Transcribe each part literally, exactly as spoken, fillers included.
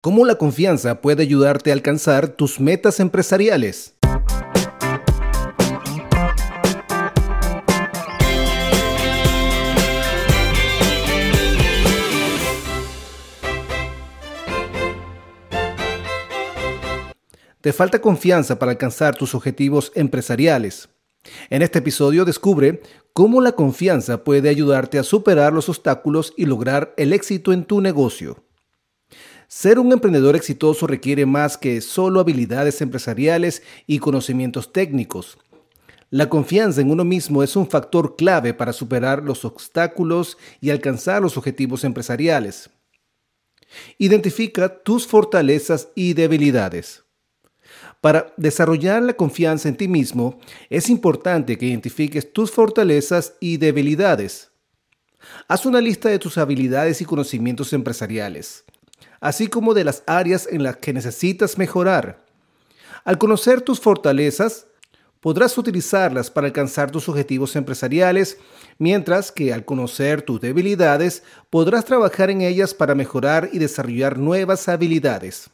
¿Cómo la confianza puede ayudarte a alcanzar tus metas empresariales? ¿Te falta confianza para alcanzar tus objetivos empresariales? En este episodio descubre cómo la confianza puede ayudarte a superar los obstáculos y lograr el éxito en tu negocio. Ser un emprendedor exitoso requiere más que solo habilidades empresariales y conocimientos técnicos. La confianza en uno mismo es un factor clave para superar los obstáculos y alcanzar los objetivos empresariales. Identifica tus fortalezas y debilidades. Para desarrollar la confianza en ti mismo, es importante que identifiques tus fortalezas y debilidades. Haz una lista de tus habilidades y conocimientos empresariales, así como de las áreas en las que necesitas mejorar. Al conocer tus fortalezas, podrás utilizarlas para alcanzar tus objetivos empresariales, mientras que al conocer tus debilidades, podrás trabajar en ellas para mejorar y desarrollar nuevas habilidades.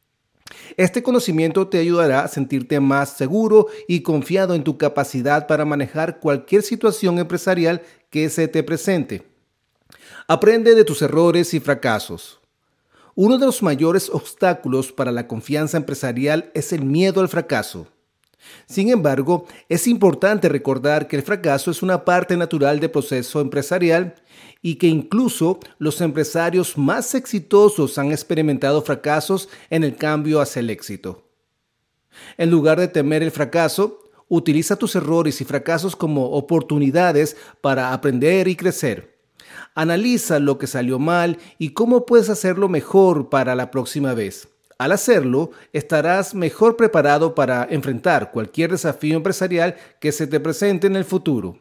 Este conocimiento te ayudará a sentirte más seguro y confiado en tu capacidad para manejar cualquier situación empresarial que se te presente. Aprende de tus errores y fracasos. Uno de los mayores obstáculos para la confianza empresarial es el miedo al fracaso. Sin embargo, es importante recordar que el fracaso es una parte natural del proceso empresarial y que incluso los empresarios más exitosos han experimentado fracasos en el cambio hacia el éxito. En lugar de temer el fracaso, utiliza tus errores y fracasos como oportunidades para aprender y crecer. Analiza lo que salió mal y cómo puedes hacerlo mejor para la próxima vez. Al hacerlo, estarás mejor preparado para enfrentar cualquier desafío empresarial que se te presente en el futuro.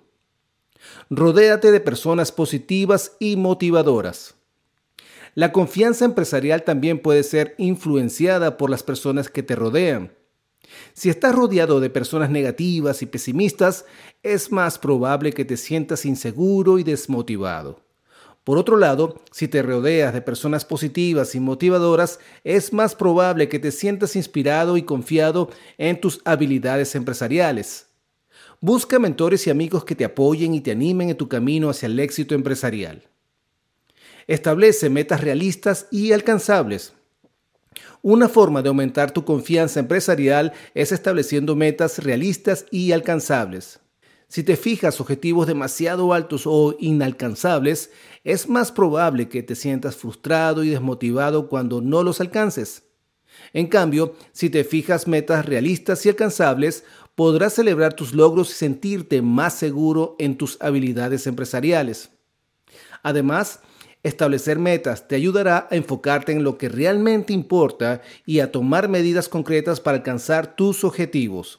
Rodéate de personas positivas y motivadoras. La confianza empresarial también puede ser influenciada por las personas que te rodean. Si estás rodeado de personas negativas y pesimistas, es más probable que te sientas inseguro y desmotivado. Por otro lado, si te rodeas de personas positivas y motivadoras, es más probable que te sientas inspirado y confiado en tus habilidades empresariales. Busca mentores y amigos que te apoyen y te animen en tu camino hacia el éxito empresarial. Establece metas realistas y alcanzables. Una forma de aumentar tu confianza empresarial es estableciendo metas realistas y alcanzables. Si te fijas objetivos demasiado altos o inalcanzables, es más probable que te sientas frustrado y desmotivado cuando no los alcances. En cambio, si te fijas metas realistas y alcanzables, podrás celebrar tus logros y sentirte más seguro en tus habilidades empresariales. Además, establecer metas te ayudará a enfocarte en lo que realmente importa y a tomar medidas concretas para alcanzar tus objetivos.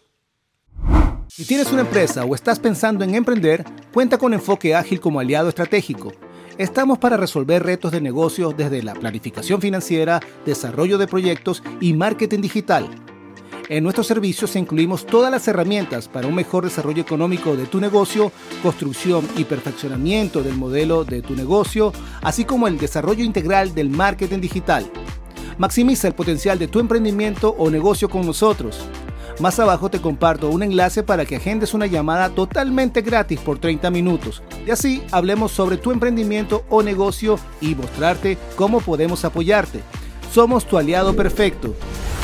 Si tienes una empresa o estás pensando en emprender, cuenta con Enfoque Ágil como aliado estratégico. Estamos para resolver retos de negocio desde la planificación financiera, desarrollo de proyectos y marketing digital. En nuestros servicios incluimos todas las herramientas para un mejor desarrollo económico de tu negocio, construcción y perfeccionamiento del modelo de tu negocio, así como el desarrollo integral del marketing digital. Maximiza el potencial de tu emprendimiento o negocio con nosotros. Más abajo te comparto un enlace para que agendes una llamada totalmente gratis por treinta minutos y así hablemos sobre tu emprendimiento o negocio y mostrarte cómo podemos apoyarte. Somos tu aliado perfecto.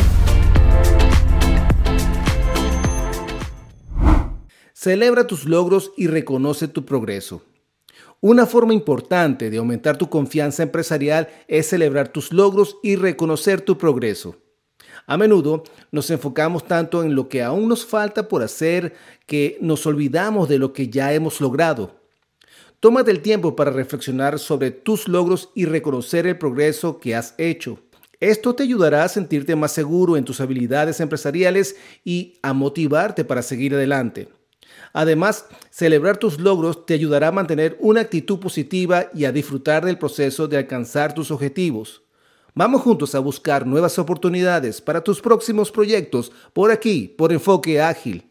Celebra tus logros y reconoce tu progreso. Una forma importante de aumentar tu confianza empresarial es celebrar tus logros y reconocer tu progreso. A menudo nos enfocamos tanto en lo que aún nos falta por hacer que nos olvidamos de lo que ya hemos logrado. Tómate el tiempo para reflexionar sobre tus logros y reconocer el progreso que has hecho. Esto te ayudará a sentirte más seguro en tus habilidades empresariales y a motivarte para seguir adelante. Además, celebrar tus logros te ayudará a mantener una actitud positiva y a disfrutar del proceso de alcanzar tus objetivos. Vamos juntos a buscar nuevas oportunidades para tus próximos proyectos por aquí, por Enfoque Ágil.